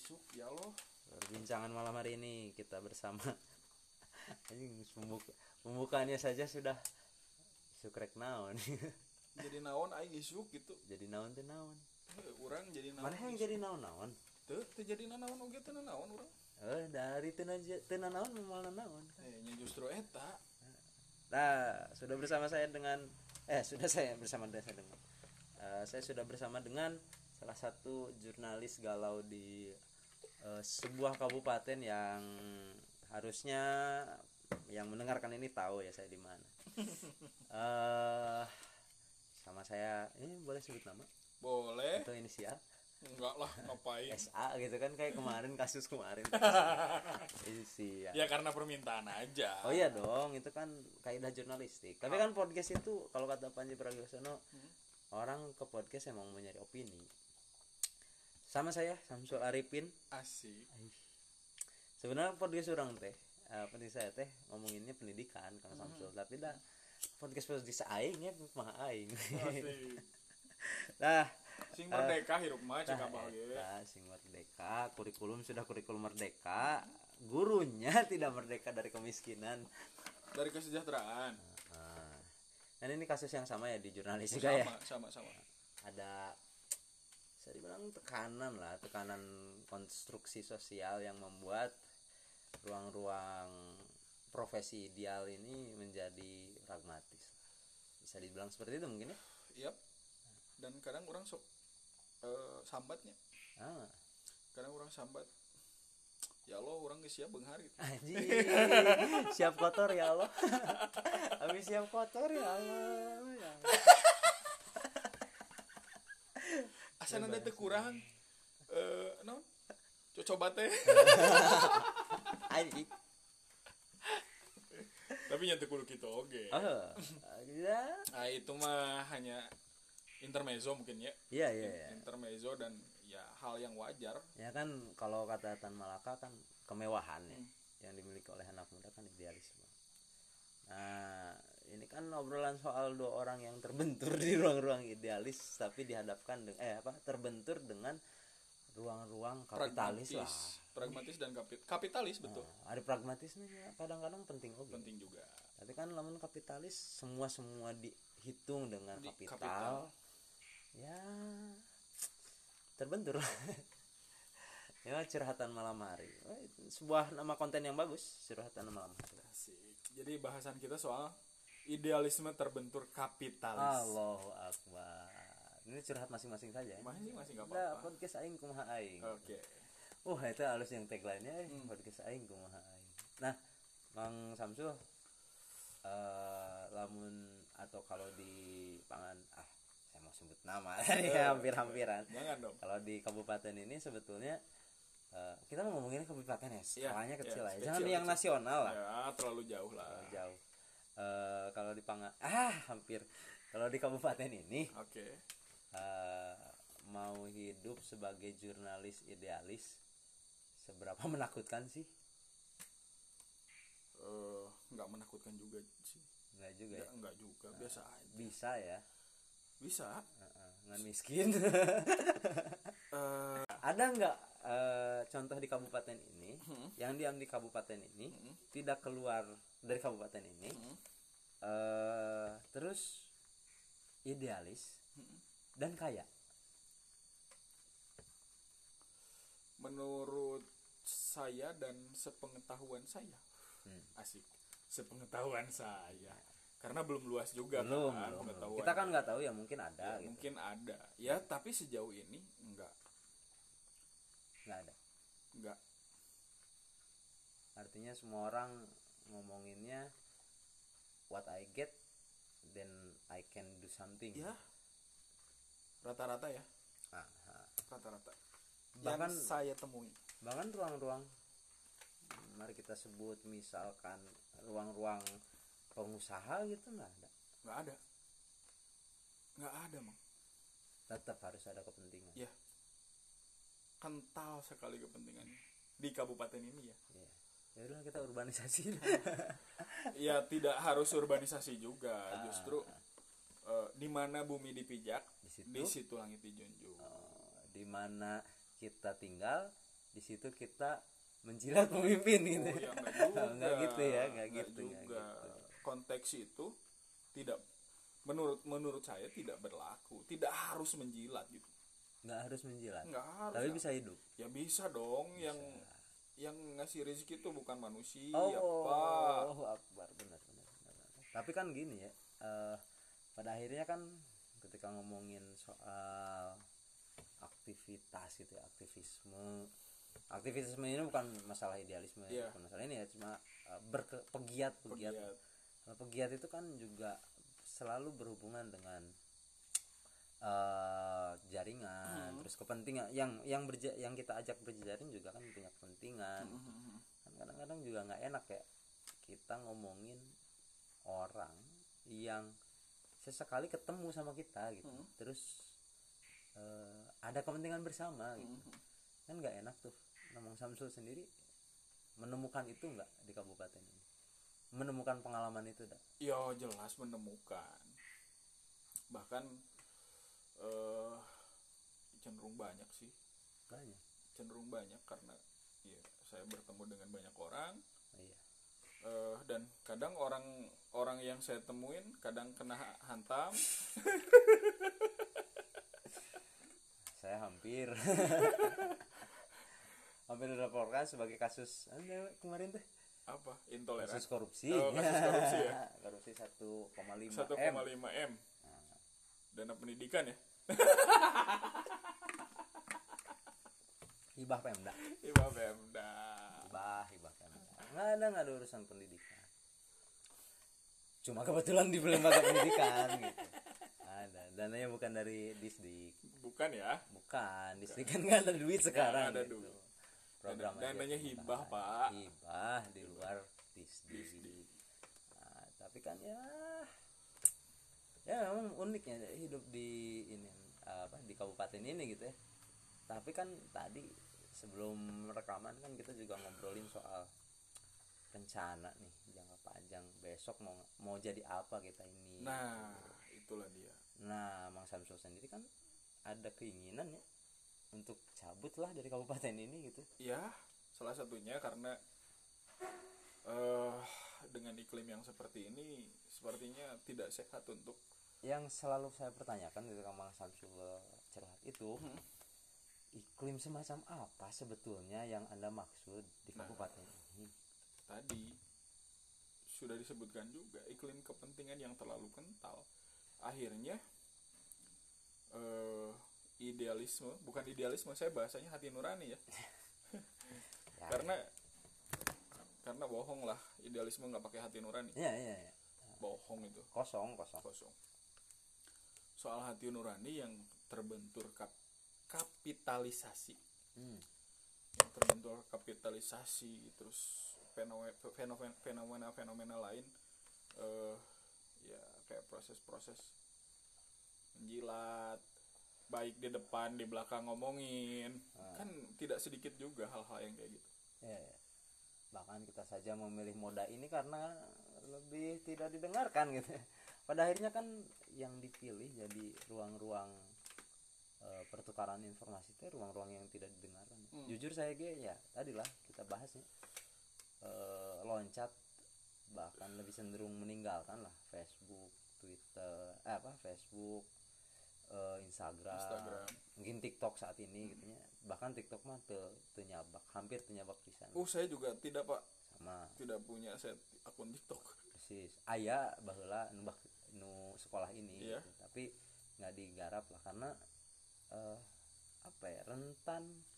isuk ya Allah. Perbincangan malam hari ini kita bersama pembukaannya saja sudah sukrek naon. Jadi naon aing isuk gitu. Jadi naon teh naon. Urang jadi naon. Mana yang jadi naon-naon? Teu jadi naon oge teu naon urang. Dari teu naon moal naon. Nya justru eta. Nah, sudah bersama saya dengan saya sudah bersama dengan salah satu jurnalis galau di sebuah kabupaten yang harusnya yang mendengarkan ini tahu ya saya di mana. Sama saya ini boleh sebut nama? Boleh. Atau inisial? Enggak lah, ngapain? SA gitu kan kayak kemarin kasus kemarin. Inisial. Ya karena permintaan aja. Oh iya dong, itu kan kaidah jurnalistik. Tapi kan podcast itu kalau kata Panji Pragiwaksono, orang ke podcast emang mau nyari opini. Sama saya Samsul Arifin. Asik. Sebenarnya podcast orang teh, podcast saya teh ngomonginnya pendidikan Kang Samsul, tapi dah podcast aing ya mah aing. Asik. Nah, sing merdeka hirup mah cek abah ge. Sing merdeka, kurikulum sudah kurikulum merdeka, gurunya tidak merdeka dari kemiskinan, dari kesejahteraan. Dan ini kasus yang sama ya di jurnalis juga ya. Sama. Ada saya dibilang tekanan konstruksi sosial yang membuat ruang-ruang profesi ideal ini menjadi pragmatis. Bisa dibilang seperti itu mungkin ya? Yap. Dan kadang orang sok sambatnya. Kadang orang sambat. Ya Allah, orang geus siap beunghar gitu. Anjing. Siap kotor ya Allah. Habis siap kotor ya Allah. Asana teh kurang naon? Coba teh. Anjing. Tapi nya teu kudu kitu oge. Ya. Nah, itu mah hanya intermezzo mungkin ya. Iya. Intermezzo dan ya hal yang wajar. Ya kan kalau kata Tan Malaka kan kemewahan ya yang dimiliki oleh anak muda kan idealisme. Nah, ini kan obrolan soal dua orang yang terbentur di ruang-ruang idealis tapi dihadapkan dengan terbentur dengan ruang-ruang kapitalis pragmatis dan kapitalis betul. Ada pragmatisnya kadang-kadang penting juga. Tapi kan lamun kapitalis semua dihitung dengan kapital. Ya terbentur. Ya curhatan malam hari. Sebuah nama konten yang bagus, curhatan malam hari. Asik. Jadi bahasan kita soal idealisme terbentur kapitalis. Allahu Akbar. Ini curhat masing-masing saja ya. Masing-masing enggak apa-apa. Podcast aing kumaha aing. Oke. Itu halus yang tagline-nya podcast aing kumaha aing. Nah, Mang Samsul lamun atau kalau di pangan saya mau sebut nama ya hampir-hampiran. Jangan dong. Kalau di kabupaten ini sebetulnya kita mau ngomongin kabupaten ya, skalanya kecil aja. Jangan yang nasional lah. Ya, terlalu jauh lah. Terlalu jauh. Kalau di pangan hampir. Kalau di kabupaten ini mau hidup sebagai jurnalis idealis seberapa menakutkan sih? Enggak menakutkan juga sih. Enggak juga, biasa aja. Bisa ya? Bisa. Ngan miskin. Ada nggak contoh di kabupaten ini yang diam di kabupaten ini tidak keluar dari kabupaten ini terus idealis dan kaya? Menurut saya dan sepengetahuan saya. Asik. Sepengetahuan saya. Karena belum luas juga pengetahuan. Kita kan nggak tahu ya, mungkin ada ya, gitu. Mungkin ada. Ya, tapi sejauh ini enggak ada. Enggak. Artinya semua orang ngomonginnya what I get then I can do something. Ya. Rata-rata ya. Rata-rata. Bahkan yang saya temui. Bahkan ruang-ruang mari kita sebut misalkan ruang-ruang pengusaha gitu nggak ada Mang. Tetap harus ada kepentingan ya, kental sekali kepentingannya di kabupaten ini ya udah kita urbanisasi. Ya tidak harus urbanisasi juga, justru di mana bumi dipijak di situ langit dijunjung. Di mana kita tinggal di situ kita menjilat pemimpin gitu. Oh, ya enggak juga. Enggak gitu ya, enggak gitu. Konteks itu tidak, menurut saya tidak berlaku. Tidak harus menjilat gitu. Nggak harus menjilat. Nggak harus. Tapi bisa hidup. Ya bisa dong. Bisa. Yang ngasih rezeki itu bukan manusia, Pak. Oh, Akbar, benar. Tapi kan gini ya, pada akhirnya kan ketika ngomongin soal aktivitas gitu ya, aktivisme ini bukan masalah idealisme, bukan masalah ini ya, cuma pegiat. Pegiat itu kan juga selalu berhubungan dengan jaringan, terus kepentingan yang kita ajak berjaring juga kan punya kepentingan. Kan kadang-kadang juga nggak enak ya kita ngomongin orang yang sesekali ketemu sama kita gitu, terus ada kepentingan bersama gitu. Kan nggak enak tuh. Mang Samsul sendiri menemukan itu nggak di kabupaten ini, menemukan pengalaman itu dah? Ya jelas menemukan, bahkan cenderung banyak sih, cenderung banyak karena ya saya bertemu dengan banyak orang. Iya. Dan kadang orang yang saya temuin kadang kena hantam. Saya hampir dilaporkan sebagai kasus kemarin tuh apa, intoleran, kasus korupsi. Kasus korupsi ya. Korupsi 1,5 M. Dana pendidikan ya. Hibah Pemda. Nggak ada urusan pendidikan. Cuma kebetulan di lembaga pendidikan gitu. Ada. Dananya bukan dari Disdik. Bukan ya? Bukan. Disdik kan nggak ada duit sekarang. Ada gitu. dulu. Program dananya hibah, Pak. Hibah di luar Disdik. Nah, tapi kan ya memang uniknya hidup di ini di kabupaten ini gitu ya. Tapi kan tadi sebelum rekaman kan kita juga ngobrolin soal rencana nih jangka panjang, besok mau jadi apa kita ini. Nah, itulah dia. Nah, Mang Samsul sendiri kan ada keinginan ya untuk cabut lah dari kabupaten ini gitu. Ya, salah satunya karena dengan iklim yang seperti ini sepertinya tidak sehat untuk. Yang selalu saya pertanyakan ketika Mang Samsul curhat itu, iklim semacam apa sebetulnya yang Anda maksud di kabupaten ini? Tadi sudah disebutkan juga, iklim kepentingan yang terlalu kental. Akhirnya bukan idealisme, saya bahasanya hati nurani ya. Karena bohong lah, idealisme nggak pakai hati nurani. Ya. Bohong itu. Kosong. Soal hati nurani yang terbentur kapitalisasi. Yang terbentur kapitalisasi, terus fenomena lain, ya kayak proses-proses menjilat, baik di depan di belakang ngomongin, kan tidak sedikit juga hal-hal yang kayak gitu. Ya. Bahkan kita saja memilih moda ini karena lebih tidak didengarkan gitu. Pada akhirnya kan yang dipilih jadi ruang-ruang pertukaran informasi itu ruang-ruang yang tidak didengarkan. Jujur saya ya tadilah kita bahasnya loncat, bahkan lebih cenderung meninggalkan lah Facebook, Twitter, Instagram, mungkin TikTok saat ini gitu ya. Bahkan TikTok mah hampir ternyabak pisan. Saya juga tidak, Pak. Sama. Tidak punya set akun TikTok. Persis. Aya baheula nu sekolah ini iya. Gitu. Tapi nggak digarap lah karena rentan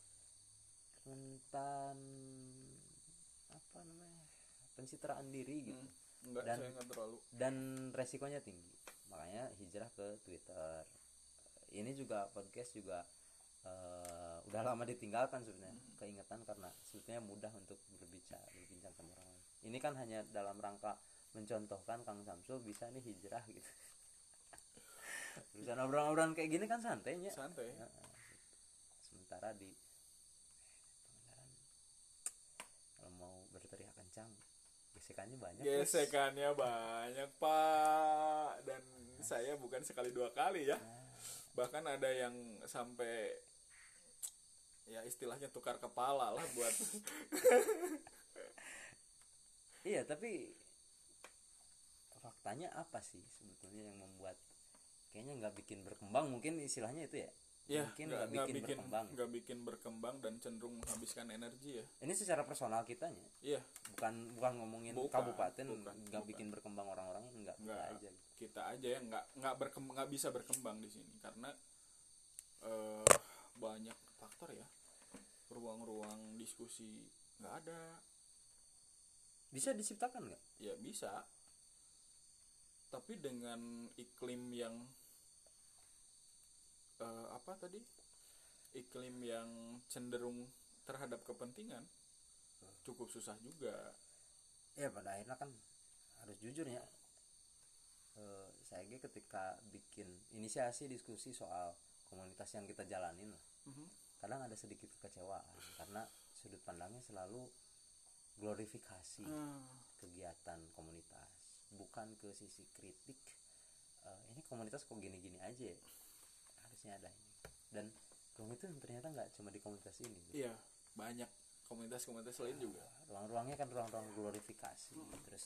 apa namanya, pencitraan diri gitu. Saya nggak terlalu. Dan resikonya tinggi, makanya hijrah ke Twitter. Ini juga podcast juga udah lama ditinggalkan sebenarnya. Keingetan karena sebetulnya mudah untuk berbincang sama orang lain. Ini kan hanya dalam rangka mencontohkan Kang Samsul bisa nih hijrah gitu. Urusan obrolan kayak gini kan santainya. Santai. Sementara di Pangandaran kalau mau berteriak kencang gesekannya banyak, Pak. Dan saya bukan sekali dua kali ya. Bahkan ada yang sampai ya istilahnya tukar kepala lah buat iya, tapi faktanya apa sih sebetulnya yang membuat kayaknya nggak bikin berkembang, mungkin istilahnya itu ya. Ya, mungkin nggak bikin berkembang dan cenderung menghabiskan energi ya. Ini secara personal kitanya. Iya. Bukan ngomongin kabupaten nggak bikin berkembang orang-orangnya, nggak aja. Kita aja yang nggak bisa berkembang di sini karena banyak faktor ya. Ruang-ruang diskusi nggak ada. Bisa diciptakan nggak? Ya bisa. Tapi dengan iklim yang iklim yang cenderung terhadap kepentingan cukup susah juga. Ya pada akhirnya kan harus jujur ya, saya ketika bikin inisiasi diskusi soal komunitas yang kita jalanin lah, kadang ada sedikit kekecewaan karena sudut pandangnya selalu glorifikasi kegiatan komunitas, bukan ke sisi kritik. Ini komunitas kok gini-gini aja ya? Harusnya ada ini. Dan ruang itu ternyata nggak cuma di komunitas ini gitu. Iya, banyak komunitas-komunitas lain juga. Ruang-ruangnya kan ruang-ruang glorifikasi. Terus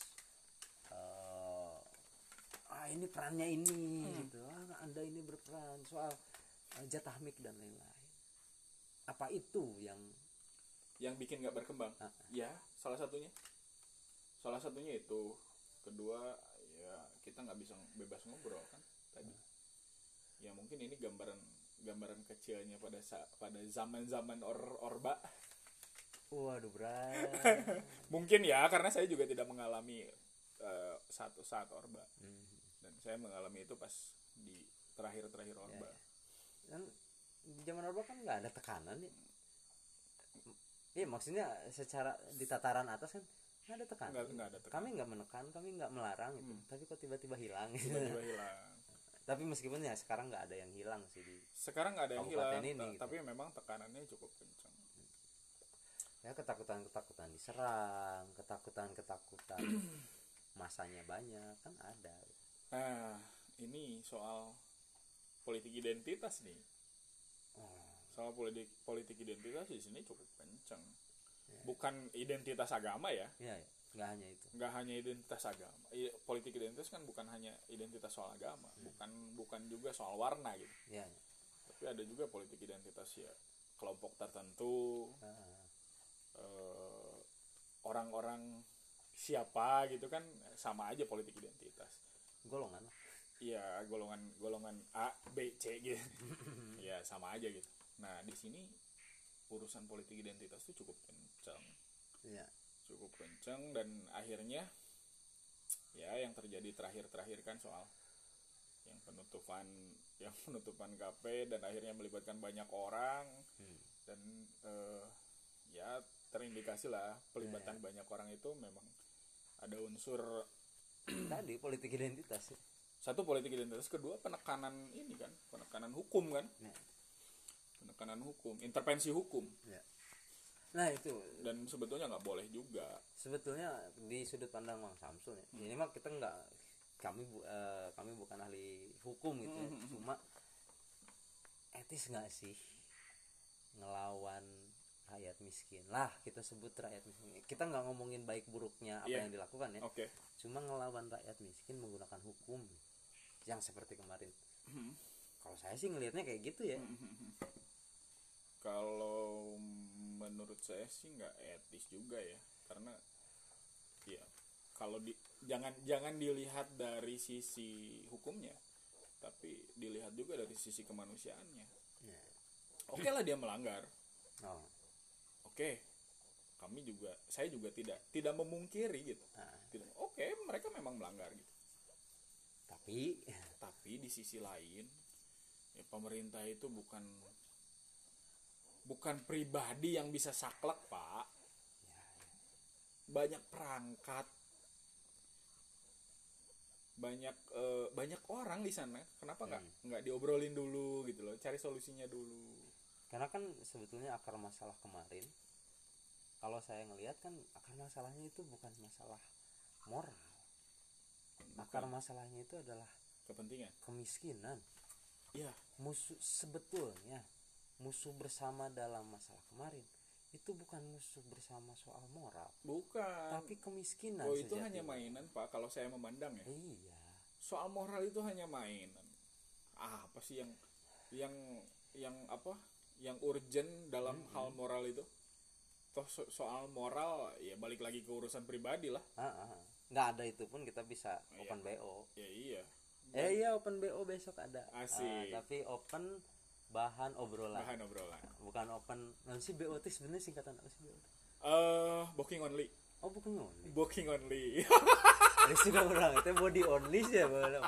ini perannya ini gitu. Anda ini berperan soal jatah mic dan lain-lain. Apa itu yang bikin nggak berkembang? Ya, salah satunya itu. Kedua, ya kita nggak bisa bebas ngobrol kan tadi. Ya mungkin ini gambaran kecilnya pada zaman Orba. Waduh, berat. Mungkin ya, karena saya juga tidak mengalami satu saat Orba. Dan saya mengalami itu pas di terakhir Orba. Dan di zaman Orba kan nggak ada tekanan ya. Iya, maksudnya secara di tataran atas kan nggak ada tekanan. Nggak ada tekanan. Kami nggak menekan, kami nggak melarang gitu. Tapi kok tiba-tiba hilang. Hilang. Tapi meskipun ya sekarang nggak ada yang hilang sih di. Sekarang nggak ada yang hilang. Ini, tapi gitu. Memang tekanannya cukup kencang. Ya ketakutan diserang, ketakutan masanya banyak kan ada. Nah, ini soal politik identitas nih. Soal politik identitas di sini cukup kencang. Ya. Bukan identitas agama ya. Iya, nggak hanya itu. Nggak hanya identitas agama. Politik identitas kan bukan hanya identitas soal agama, bukan juga soal warna gitu. Iya. Tapi ada juga politik identitas ya kelompok tertentu. Orang-orang siapa gitu kan sama aja politik identitas. Golongan. Iya, golongan A, B, C gitu. Ya sama aja gitu. Nah, di sini urusan politik identitas itu cukup kencang. Iya. Cukup kencang dan akhirnya ya yang terjadi terakhir kan soal yang penutupan KP dan akhirnya melibatkan banyak orang dan ya terindikasi lah pelibatan banyak orang itu memang ada unsur tadi politik identitas. Satu politik identitas, kedua penekanan hukum kan. Penekanan hukum, intervensi hukum. Ya. Nah itu. Dan sebetulnya nggak boleh juga. Sebetulnya di sudut pandang Bang Samsul ya. Ini mah kita kami bukan ahli hukum gitu ya. Cuma etis nggak sih ngelawan rakyat miskin lah, kita sebut rakyat miskin. Kita nggak ngomongin baik buruknya apa yang dilakukan ya. Okay. Cuma ngelawan rakyat miskin menggunakan hukum yang seperti kemarin. Kalau saya sih ngelihatnya kayak gitu ya. Kalau menurut saya sih nggak etis juga ya, karena ya kalau jangan dilihat dari sisi hukumnya, tapi dilihat juga dari sisi kemanusiaannya. Oke lah dia melanggar. Oke, saya juga tidak memungkiri gitu. Oke, mereka memang melanggar gitu. Tapi di sisi lain, ya pemerintah itu bukan pribadi yang bisa saklek, Pak. Banyak perangkat, banyak orang di sana. Kenapa nggak diobrolin dulu gitu loh, cari solusinya dulu. Karena kan sebetulnya akar masalah kemarin, kalau saya ngelihat kan akar masalahnya itu bukan masalah moral. Akar masalahnya itu adalah kepentingan, kemiskinan. Iya. Musuh sebetulnya musuh bersama dalam masalah kemarin itu bukan musuh bersama soal moral, bukan. tapi kemiskinan. Oh, itu sejatinya. hanya mainan, Pak, kalau saya memandang ya. Iya. Soal moral itu hanya mainan. Apa sih yang apa? Yang urgent dalam hal moral itu? Toh soal moral ya balik lagi ke urusan pribadi lah. Nggak ada itu pun kita bisa open Iya. BO. Ya iya. Iya, open BO besok ada. Asik. Tapi open bahan obrolan. Bahan obrolan. Bukan open. Nanti sih BO itu sebenarnya singkatan apa sih BO? Booking only. Oh, bukan only. Booking only. Ada sih orang itu body only sih ya,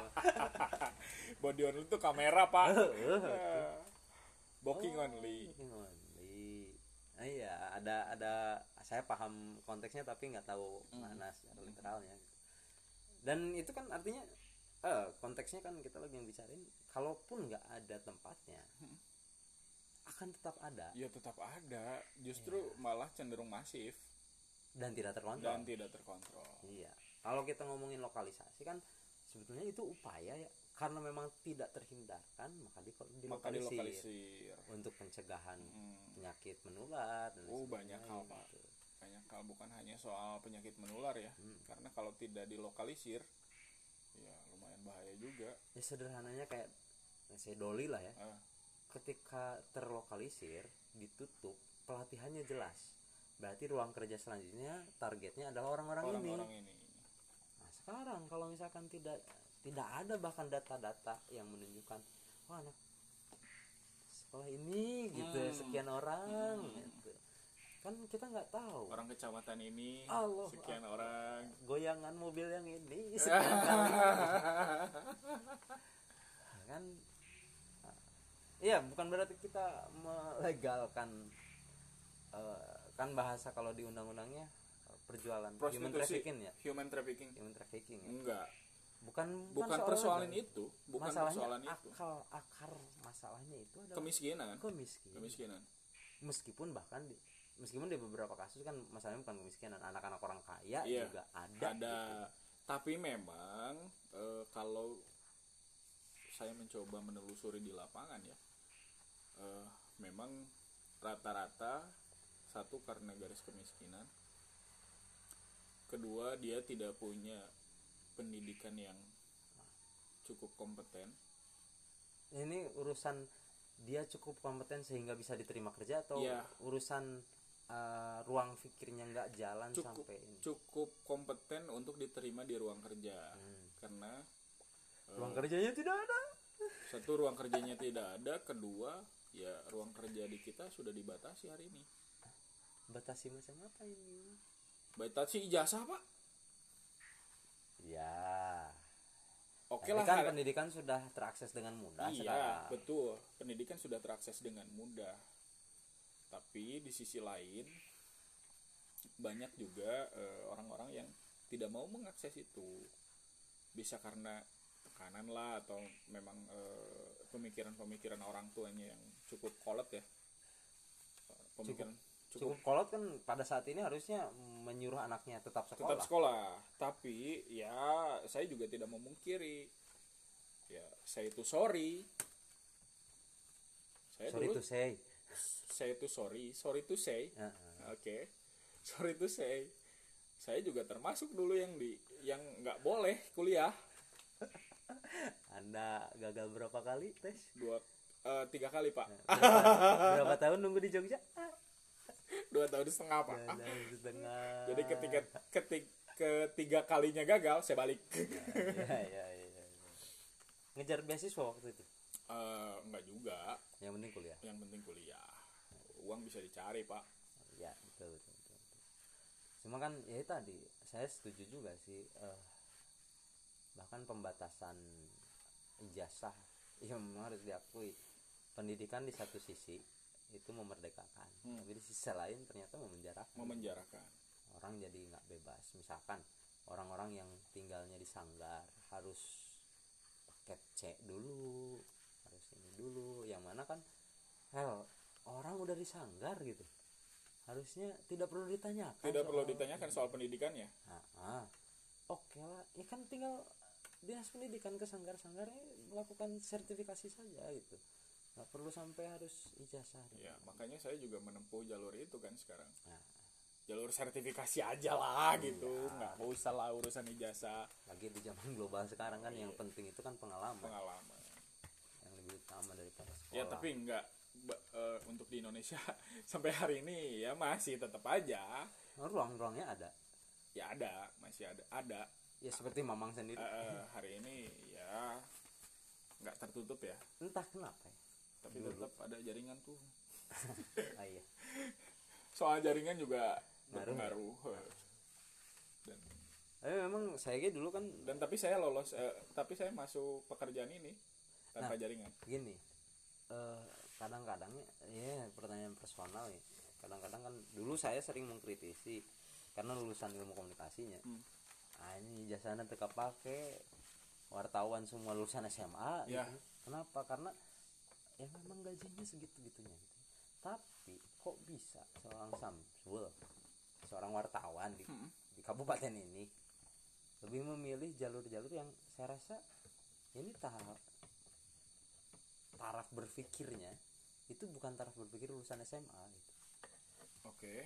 Body only itu kamera, Pak. Booking only. Booking only. Iya, ada saya paham konteksnya tapi nggak tahu mana secara literalnya. Dan itu kan artinya konteksnya kan kita lagi yang bicarain, kalaupun nggak ada tempatnya akan tetap ada. Ya tetap ada, justru malah cenderung masif dan tidak terkontrol. Iya, kalau kita ngomongin lokalisasi kan sebetulnya itu upaya ya, karena memang tidak terhindarkan maka dilokalisir untuk pencegahan penyakit menular dan banyak hal, Pak. Gitu. Banyak hal, bukan hanya soal penyakit menular ya. Karena kalau tidak dilokalisir ya lumayan bahaya juga. Ya sederhananya kayak saya doli lah ya. Ketika terlokalisir, ditutup, pelatihannya jelas. Berarti ruang kerja selanjutnya targetnya adalah orang-orang ini. Nah, sekarang kalau misalkan tidak ada bahkan data-data yang menunjukkan anak sekolah ini gitu sekian orang gitu. Kan kita nggak tahu. Orang kecamatan ini sekian orang. Goyangan mobil yang ini sekian kali. Kan iya, bukan berarti kita melegalkan kan bahasa kalau di undang-undangnya perjualan human trafficking ya. Human trafficking ya. Enggak. Bukan persoalan itu, bukan persoalan itu. Akar masalahnya itu adalah kemiskinan. Meskipun di beberapa kasus kan masalahnya bukan kemiskinan, anak-anak orang kaya juga ada. Gitu. Tapi memang kalau saya mencoba menelusuri di lapangan ya, memang rata-rata satu karena garis kemiskinan, kedua dia tidak punya pendidikan yang cukup kompeten. Ini urusan dia cukup kompeten sehingga bisa diterima kerja atau urusan ruang pikirnya nggak jalan sampai ini? Cukup kompeten untuk diterima di ruang kerja. Karena ruang kerjanya tidak ada. Satu, ruang kerjanya tidak ada. Kedua, ya ruang kerja di kita sudah dibatasi hari ini. Batasi macam apa ini? Batasi ijazah, Pak. Ya. Oke lah, kan pendidikan sudah terakses dengan mudah. Iya, betul. Pendidikan sudah terakses dengan mudah. Tapi di sisi lain banyak juga orang-orang yang tidak mau mengakses itu. Bisa karena tekanan lah, atau memang pemikiran-pemikiran orang tuanya yang cukup kolot ya. Cukup kolot kan pada saat ini harusnya menyuruh anaknya tetap sekolah. Tapi ya saya juga tidak memungkiri, ya saya itu sorry to say. Saya juga termasuk dulu yang nggak boleh kuliah. Anda gagal berapa kali tes? 3 kali, Pak. Berapa tahun nunggu di Jogja? 2,5 tahun, Pak. Jadi ketiga kalinya gagal, saya balik. Ya. Ngejar beasiswa waktu itu? Enggak juga. Yang penting kuliah. Uang bisa dicari, Pak. Ya, betul. Cuma kan ya tadi saya setuju juga sih. Bahkan pembatasan ijazah yang memang harus diakui, pendidikan di satu sisi itu memerdekakan, tapi di sisi lain ternyata memenjarakan. Orang jadi nggak bebas. Misalkan orang-orang yang tinggalnya di sanggar harus paket C dulu, harus ini dulu, yang mana kan orang udah di sanggar gitu, harusnya tidak perlu ditanyakan soal pendidikannya. Oke lah, ya kan tinggal dinas pendidikan ke sanggar-sanggarnya melakukan sertifikasi saja gitu. nggak perlu sampai harus ijazah. Ya makanya saya juga menempuh jalur itu kan sekarang. Nah, Jalur sertifikasi aja lah gitu, nggak usah lah urusan ijazah. lagi di zaman global sekarang kan yang penting itu kan pengalaman yang lebih utama daripada sekolah. Ya tapi enggak untuk di Indonesia sampai hari ini ya masih tetap aja ruang-ruangnya ada. Ya ada, masih ada. Ya seperti Mamang sendiri. Hari ini ya nggak tertutup ya, Entah kenapa ya. tapi tetap ada jaringan tuh. Iya. Soal jaringan juga Ngaruh, berpengaruh. Dan memang saya dulu kan tapi saya lolos, tapi saya masuk pekerjaan ini tanpa jaringan. gini. Kadang-kadang ya pertanyaan personal ya. Kadang-kadang kan dulu saya sering mengkritisi karena lulusan ilmu komunikasinya. Ini jasanya teka pakai wartawan semua lulusan SMA Ya. gitu. Kenapa? Karena ya memang gajinya segitu-gitunya gitu. Tapi kok bisa seorang wartawan di kabupaten ini lebih memilih jalur-jalur yang saya rasa ini taraf berpikirnya itu bukan taraf berpikir lulusan SMA gitu. Oke.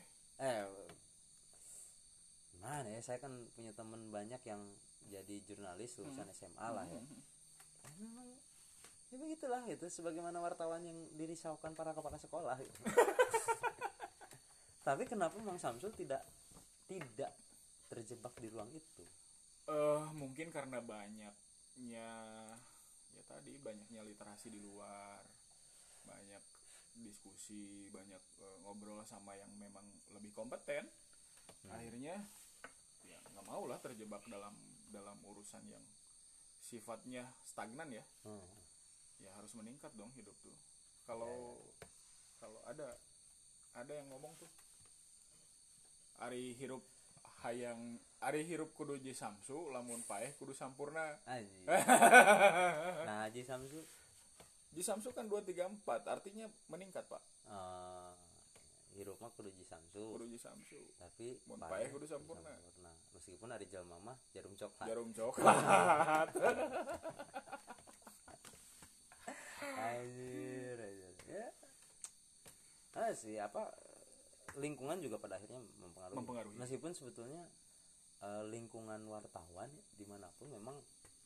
Gimana ya, saya kan punya teman banyak yang jadi jurnalis lulusan SMA lah ya. Memang ya begitulah gitu, sebagaimana wartawan yang dirisaukan para kepala sekolah gitu. Tapi kenapa Mang Samsul tidak terjebak di ruang itu? Mungkin karena banyaknya ya tadi banyaknya literasi di luar, banyak diskusi, banyak ngobrol sama yang memang lebih kompeten. Akhirnya ya nggak mau lah terjebak dalam urusan yang sifatnya stagnan ya. Ya harus meningkat dong hidup tuh. Kalau ada yang ngomong tuh Ari hirup kudu ji samsu, lamun paeh kudu sampurna. Nah, Haji Samsu Ji samsu kan 2 3 4, artinya meningkat, Pak. hirup mah kudu Ji Samsu. Kudu ji samsu. Tapi mun paeh kudu sampurna. Meskipun ada jelema mah jarum coklat. Jarum coklat. Anjir. Ya. Sih lingkungan juga pada akhirnya mempengaruhi. Meskipun sebetulnya lingkungan wartawan dimanapun memang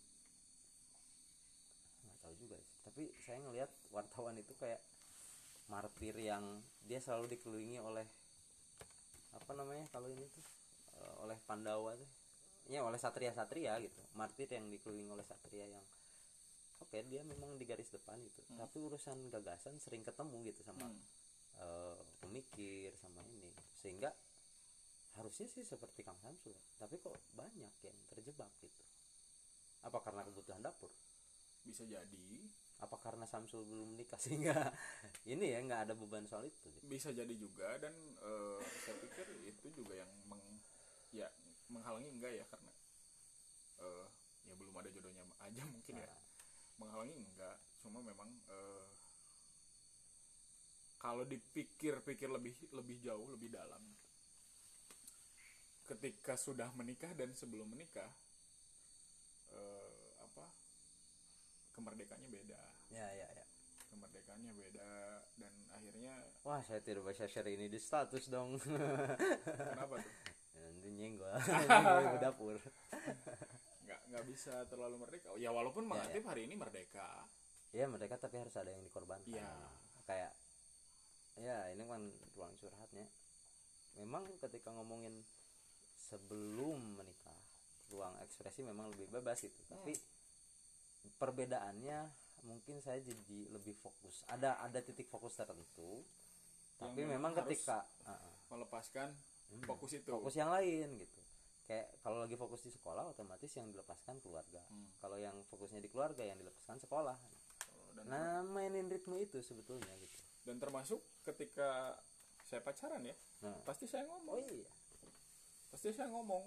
nggak tahu juga sih. Tapi saya ngelihat wartawan itu kayak martir yang dia selalu dikelilingi oleh kalau ini tuh oleh Pandawa tuh ya, oleh satria-satria gitu. Martir yang dikelilingi oleh satria yang dia memang di garis depan gitu. Tapi urusan gagasan sering ketemu gitu sama pemikir sama ini, sehingga harusnya sih seperti Kang Samsul, tapi kok banyak yang terjebak gitu. Apa karena kebutuhan dapur? Bisa jadi. Apa karena Samsul belum menikah sehingga ini ya nggak ada beban soal itu gitu. Bisa jadi juga, dan saya pikir itu juga yang menghalangi enggak ya, karena ya belum ada jodohnya aja mungkin ya. Menghalangi enggak, cuma memang kalau dipikir-pikir lebih jauh, lebih dalam, ketika sudah menikah dan sebelum menikah, kemerdekaannya beda. Ya. Kemerdekaannya beda, dan akhirnya Wah, saya tidak bisa share ini di status dong. kenapa tuh? Nanti nyenggol dapur. Nggak bisa terlalu merdeka. Ya walaupun Mang Atip hari ini merdeka. Ya merdeka, tapi harus ada yang dikorbankan. Iya. Kayak ya ini kan ruang curhatnya. Memang ketika ngomongin sebelum menikah, ruang ekspresi memang lebih bebas gitu. Tapi perbedaannya mungkin saya jadi lebih fokus. Ada titik fokus tertentu. Yang tapi memang ketika melepaskan fokus itu. Fokus yang lain gitu. Kayak kalau lagi fokus di sekolah, otomatis yang dilepaskan keluarga. Kalau yang fokusnya di keluarga, yang dilepaskan sekolah. Mainin ritme itu sebetulnya gitu. Dan termasuk ketika saya pacaran ya, pasti saya ngomong. Oh iya. Pasti saya ngomong.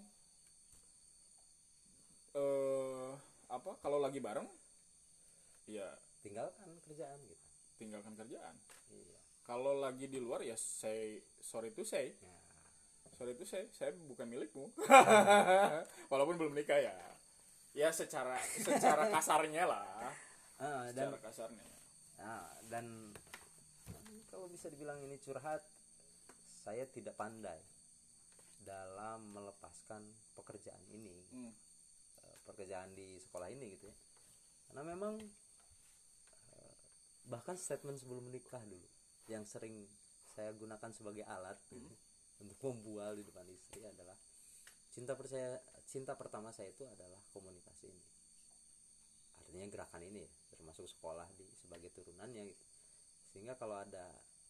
Kalau lagi bareng, ya tinggalkan kerjaan gitu. Tinggalkan kerjaan. Iya. Kalau lagi di luar ya sorry to say. Sorry to say, saya bukan milikmu. Walaupun belum nikah ya. Ya secara kasarnya lah. Secara kasarnya. Nah, dan kalau bisa dibilang ini curhat, saya tidak pandai dalam melepaskan pekerjaan ini, pekerjaan di sekolah ini gitu ya. Karena memang bahkan statement sebelum menikah dulu yang sering saya gunakan sebagai alat gitu, untuk membual di depan istri adalah cinta pertama saya itu adalah komunikasi ini. Artinya gerakan ini ya, termasuk sekolah sebagai turunannya gitu. Sehingga kalau ada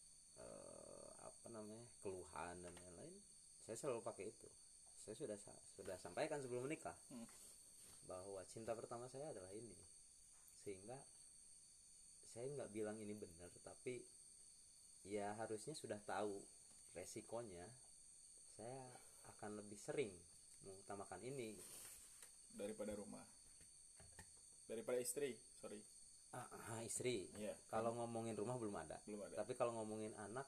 keluhan dan lain-lain, saya selalu pakai itu. Saya sudah sampaikan sebelum menikah bahwa cinta pertama saya adalah ini. Sehingga saya nggak bilang ini benar, tapi ya harusnya sudah tahu resikonya. Saya akan lebih sering mengutamakan ini daripada istri. Istri. Yeah. Kalau ngomongin rumah belum ada. Tapi kalau ngomongin anak,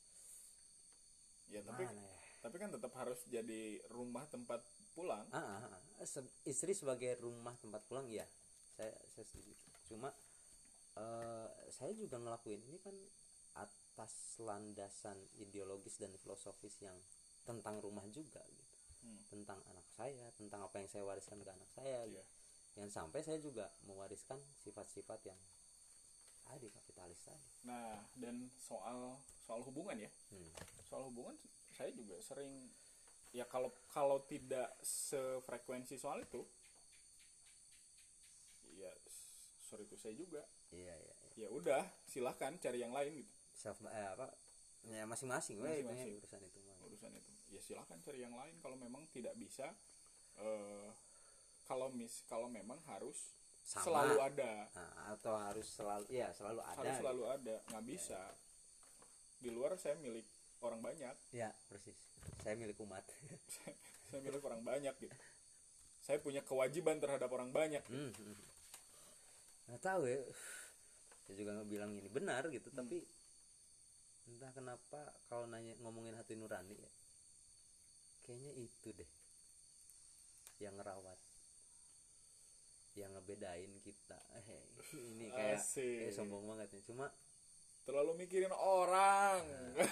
ya tapi kan tetap harus jadi rumah tempat pulang. Istri sebagai rumah tempat pulang, ya saya setuju. Cuma saya juga ngelakuin ini kan atas landasan ideologis dan filosofis yang tentang rumah juga gitu. Tentang anak saya, tentang apa yang saya wariskan ke anak saya gitu. Yang sampai saya juga mewariskan sifat-sifat yang di kapitalis tadi. Nah, dan soal hubungan ya. Soal hubungan saya juga sering ya, kalau tidak sefrekuensi soal itu, ya sorry itu saya juga. Iya. Ya udah, silahkan cari yang lain gitu. Ya masing-masing urusan itu. Ya silahkan cari yang lain kalau memang tidak bisa. Kalau memang harus sama, selalu ada, atau harus selalu ada. Harus selalu ada, nggak bisa. Di luar saya milik orang banyak. Ya persis. Saya milik umat. Saya milik orang banyak gitu. Saya punya kewajiban terhadap orang banyak. Nggak tahu ya. Saya juga nggak bilang ini benar gitu, tapi entah kenapa kalau ngomongin hati nurani ya, kayaknya itu deh yang ngerawat, yang ngebedain kita. Ini kayak sombong banget nih, cuma terlalu mikirin orang.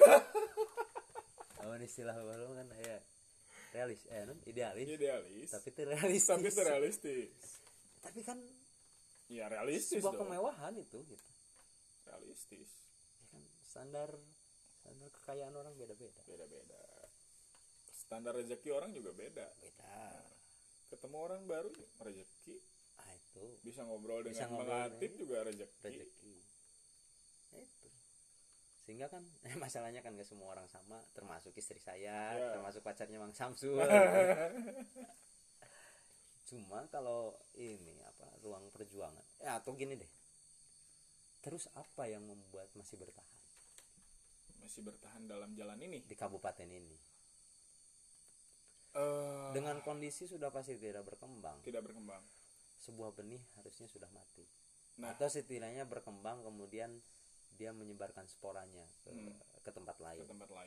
Istilah baru kan ya idealis tapi realistis. Tapi kan ya realistis sebuah dong. Kemewahan itu gitu. Realistis. Ya kan standar kekayaan orang beda-beda. Standar rezeki orang juga beda. Ketemu orang baru rezeki. Itu bisa ngobrol dengan mengatip juga rezeki. Itu. Sehingga kan masalahnya kan gak semua orang sama, termasuk istri saya, termasuk pacarnya Mang Samsul. Cuma kalau ini ruang perjuangan. Atau gini deh. Terus apa yang membuat masih bertahan? Masih bertahan dalam jalan ini di kabupaten ini. Dengan kondisi sudah pasti tidak berkembang. Sebuah benih harusnya sudah mati. Atau setidaknya berkembang kemudian dia menyebarkan sporanya ke tempat lain.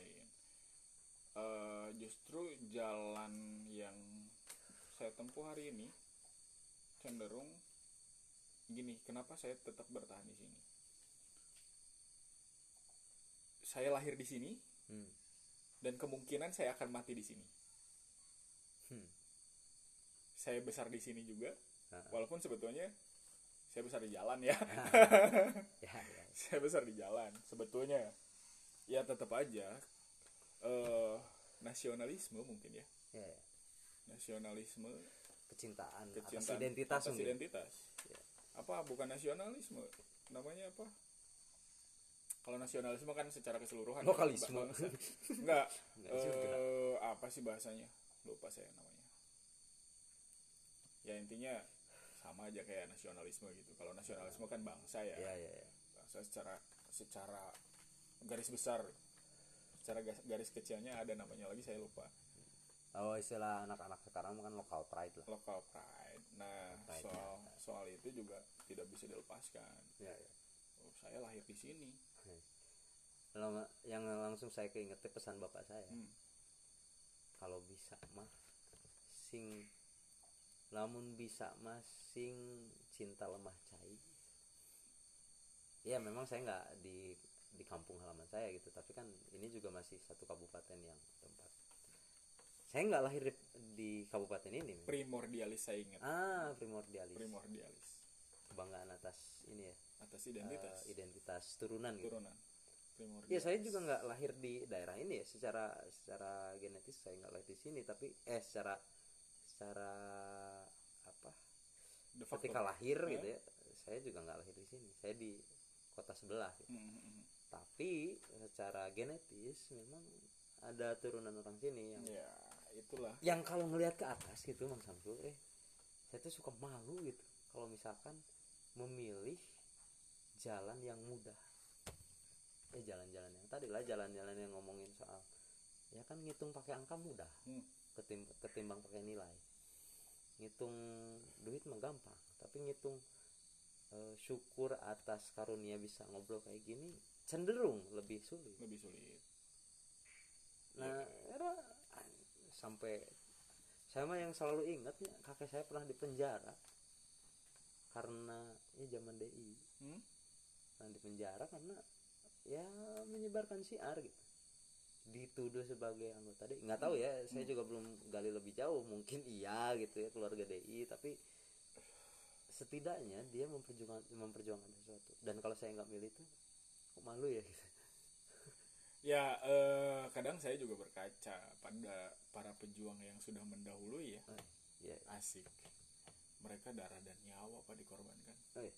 Justru jalan yang saya tempuh hari ini cenderung gini. Kenapa saya tetap bertahan di sini? Saya lahir di sini, dan kemungkinan saya akan mati di sini. Saya besar di sini juga, walaupun sebetulnya saya besar di jalan ya. Saya besar di jalan sebetulnya. Ya tetap aja nasionalisme mungkin ya. Nasionalisme, kecintaan atas identitas. Apa bukan nasionalisme? Namanya apa? Kalau nasionalisme kan secara keseluruhan. Lokalisme. Enggak. Apa sih bahasanya? Lupa saya namanya. Ya intinya sama aja kayak nasionalisme gitu. Kalau nasionalisme kan bangsa ya. Bangsa secara garis besar. Secara garis kecilnya ada namanya lagi saya lupa. Istilah anak-anak sekarang kan local pride lah. Local pride. Nah, soal itu juga tidak bisa dilepaskan. Saya lahir di sini. Yang langsung saya keinget pesan bapak saya. Kalau bisa mah lamun bisa mah sing cinta lemah cai. ya memang saya nggak di kampung halaman saya gitu, tapi kan ini juga masih satu kabupaten yang tempat saya nggak lahir di kabupaten ini. Primordialis saya ingat. Primordialis. Primordialis. Kebanggaan atas ini ya. Atas identitas. Identitas turunan gitu. Turunan. Primordialis. Ya saya juga nggak lahir di daerah ini ya. Secara genetis saya nggak lahir di sini, tapi secara apa? Ketika lahir gitu ya, saya juga nggak lahir di sini. Saya di kota sebelah. Gitu. Tapi secara genetis memang ada turunan orang sini yang. Ya, itulah. Yang kalau ngelihat ke atas gitu Mang Samsul, saya tuh suka malu gitu kalau misalkan memilih jalan yang mudah. Jalan-jalan yang tadi lah, jalan-jalan yang ngomongin soal ya kan ngitung pakai angka mudah, ketimbang pakai nilai. Ngitung duit mah gampang, tapi ngitung syukur atas karunia bisa ngobrol kayak gini cenderung lebih sulit. Nah, sampai saya mah yang selalu ingatnya kakek saya pernah dipenjara karena zaman DI. Pernah dipenjara karena ya menyebarkan syiar gitu. Dituduh sebagai anggota DI. Nggak tahu ya, saya juga belum gali lebih jauh. Mungkin iya gitu ya, keluarga DI, tapi setidaknya dia memperjuangkan sesuatu. Dan kalau saya nggak milih itu, kok malu ya gitu. Ya, kadang saya juga berkaca pada para pejuang yang sudah mendahului ya. Asik. Mereka darah dan nyawa Pak dikorbankan.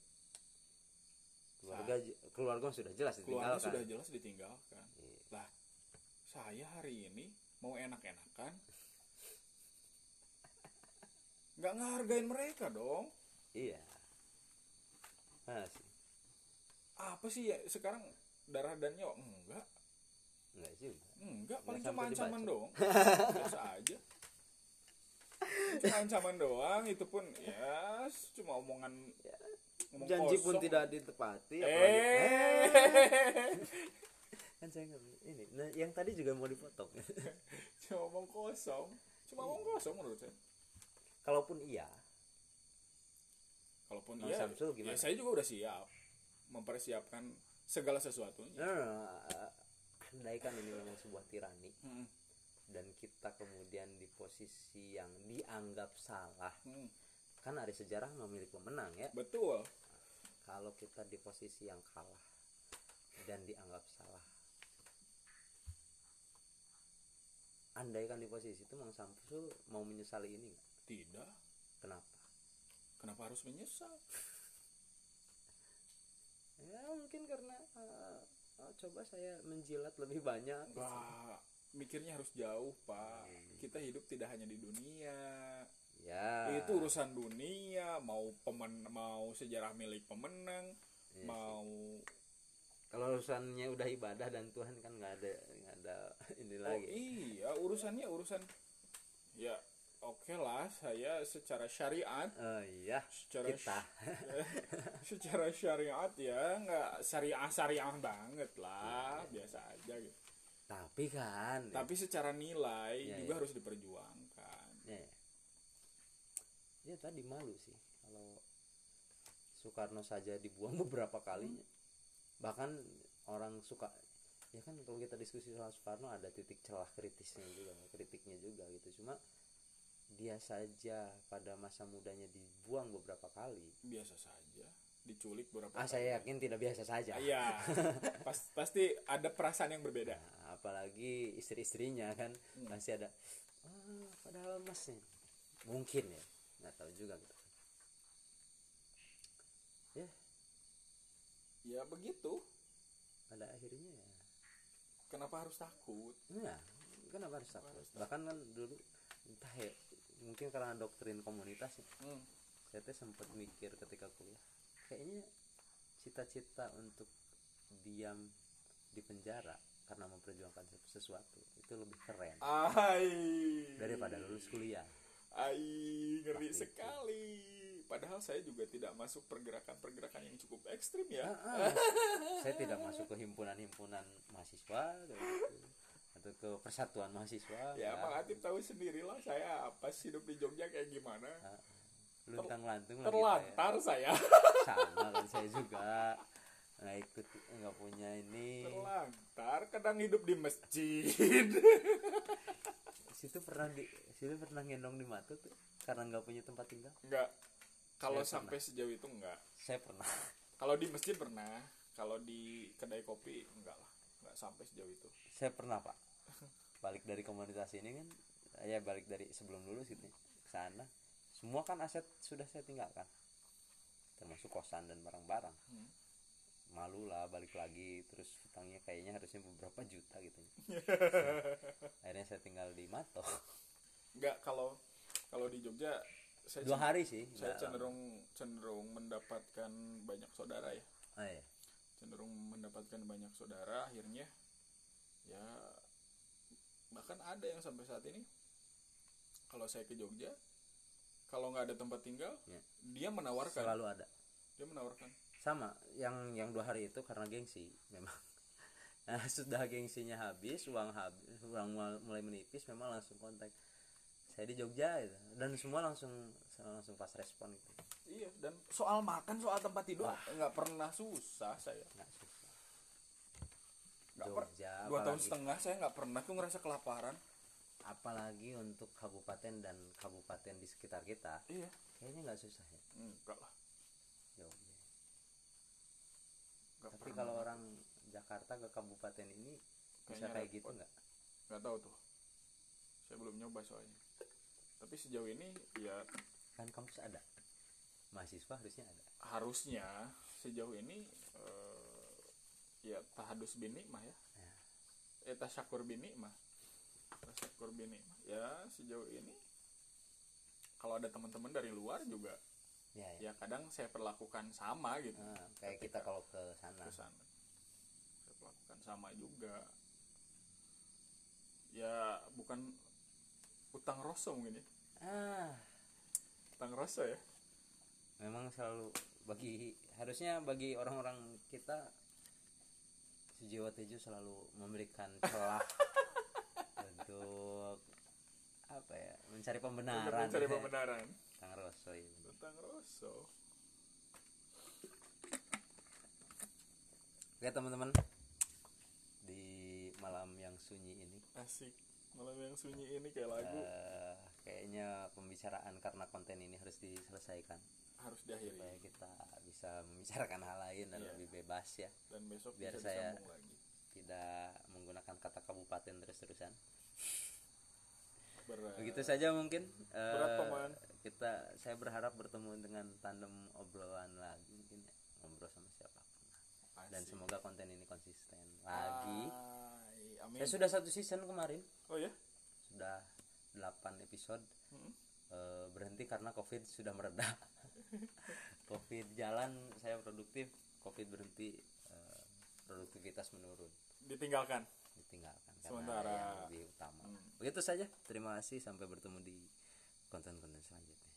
Keluarga sudah jelas ditinggalkan. Keluarga sudah jelas ditinggalkan. Lah, saya hari ini mau enak-enakan, nggak ngehargain mereka dong. Iya. Masih. Apa sih ya sekarang darah dan nyawa? Enggak juga. Enggak, paling cuma ancaman doang. Biasa aja. Cuma ancaman doang, itu pun ya cuma omongan ngomong janji kosong. pun tidak ditepati. Kan saya nggak ini. Nah, yang tadi juga mau dipotong. Cuma omong kosong menurut saya. Kalaupun iya, Samsul, ya saya juga udah siap mempersiapkan segala sesuatunya. Andaikan ini memang sebuah tirani dan kita kemudian di posisi yang dianggap salah, kan ada sejarah memilih pemenang ya. Betul. Kalau kita di posisi yang kalah dan dianggap salah, andaikan di posisi itu Mang Samsul mau menyesali ini nggak? Tidak. Kenapa harus menyesal? Ya mungkin karena coba saya menjilat lebih banyak. Mikirnya harus jauh Pak. Kita hidup tidak hanya di dunia. Ya. Itu urusan dunia. Mau sejarah milik pemenang. Kalau urusannya udah ibadah dan Tuhan kan nggak ada ini lagi. Iya, urusannya ya. Oke lah, saya secara syariat. Secara syariat ya, nggak syariah banget lah, biasa aja gitu. Tapi secara nilai juga harus diperjuangkan. Ya tadi malu sih kalau Soekarno saja dibuang beberapa kalinya. Bahkan orang suka ya kan kalau kita diskusi soal Soekarno ada titik celah kritiknya juga gitu. Cuma dia saja pada masa mudanya dibuang beberapa kali. Biasa saja, diculik beberapa kali. Saya yakin tidak biasa saja. Iya, pasti ada perasaan yang berbeda. Nah, apalagi istri-istrinya kan masih ada. Padahal masnya mungkin ya, nggak tahu juga gitu. Ya begitu. Pada akhirnya ya. Kenapa harus takut? Nah, kenapa harus takut? Bahkan kan dulu entah ya, mungkin karena doktrin komunitas ya. Saya tuh sempat mikir ketika kuliah, kayaknya cita-cita untuk diam di penjara karena memperjuangkan sesuatu itu lebih keren daripada lulus kuliah. Ngeri sekali. Padahal saya juga tidak masuk pergerakan yang cukup ekstrim ya. Saya tidak masuk ke himpunan mahasiswa atau ke persatuan mahasiswa. Ya, Mang Atip tahu sendirilah saya pas hidup di Jogja kayak gimana. Luntang-lantung terlantar saya. Sama kan saya juga. nggak ikut, nggak punya ini. Terlantar kadang hidup di masjid. Situ pernah ngendong di Matu tuh karena nggak punya tempat tinggal. Enggak. Kalau Saya sampai sejauh itu enggak. Saya pernah. Kalau di masjid pernah, kalau di kedai kopi enggak lah. Enggak sampai sejauh itu. Saya pernah Pak. Balik dari komunitas ini kan, ya balik dari sebelum lulus gitu ke sana. Semua kan aset sudah saya tinggalkan, termasuk kosan dan barang-barang. Malu lah balik lagi, terus hutangnya kayaknya harusnya beberapa juta gitu. Akhirnya saya tinggal di Mato. Enggak, kalau di Jogja saya 2 hari sih. saya cenderung mendapatkan banyak saudara ya. Oh, iya. Cenderung mendapatkan banyak saudara, akhirnya ya bahkan ada yang sampai saat ini kalau saya ke Jogja, kalau nggak ada tempat tinggal, Ya. dia menawarkan. Selalu ada. Dia menawarkan. Sama yang 2 hari itu karena gengsi memang. Nah, sudah gengsinya habis, uang mulai menipis, memang langsung kontak. Saya di Jogja gitu. Dan semua langsung pas respon gitu. Iya, dan soal makan, soal tempat tidur nggak pernah susah saya. Nggak susah. Nggak Jogja, 2 tahun setengah saya nggak pernah tuh ngerasa kelaparan. apalagi untuk kabupaten dan kabupaten di sekitar kita, Iya. kayaknya nggak susah ya Enggak lah. Jogja. Nggak Tapi pernah. kalau orang Jakarta ke kabupaten ini bisa Kayaknya kayak gitu repot. nggak? Nggak tahu tuh. Saya belum nyoba soalnya. Tapi sejauh ini ya Kan kampus ada, mahasiswa harusnya ada. harusnya sejauh ini ya tahadus bin nikmah ya. Tasyakur bin nikmah. Tasyakur bin nikmah. Ya sejauh ini kalau ada teman-teman dari luar juga Ya. ya kadang saya perlakukan sama gitu. Kayak kita kalau ke sana. Ke sana. Saya perlakukan sama juga. Ya bukan utang rasa mungkin ya. Utang rasa ya. Memang selalu harusnya bagi orang-orang kita, Sujiwo Tejo selalu memberikan celah untuk apa ya, mencari pembenaran. Mencari pembenaran. Tang Rosso ya. Utang rasa. Oke teman-teman, di malam yang sunyi ini Asik. Malam yang sunyi ini kayak lagu kayaknya pembicaraan karena konten ini harus diselesaikan harus diakhiri. supaya kita bisa membicarakan hal lain dan lebih bebas ya. Dan besok Biar bisa saya disambung lagi. tidak menggunakan kata kabupaten terus-terusan. Berat. Begitu saja mungkin. Berat, teman. Saya berharap bertemu dengan tandem obrolan lagi mungkin ya. Ngobrol sama siapapun. Dan Asik. semoga konten ini konsisten lagi. Amin. Saya sudah 1 season kemarin. Oh ya? Sudah 8 episode. Berhenti karena COVID sudah mereda. COVID jalan saya produktif, COVID berhenti, produktivitas menurun. Ditinggalkan. Ditinggalkan Sementara. karena yang lebih utama. Begitu saja. Terima kasih, sampai bertemu di konten-konten selanjutnya.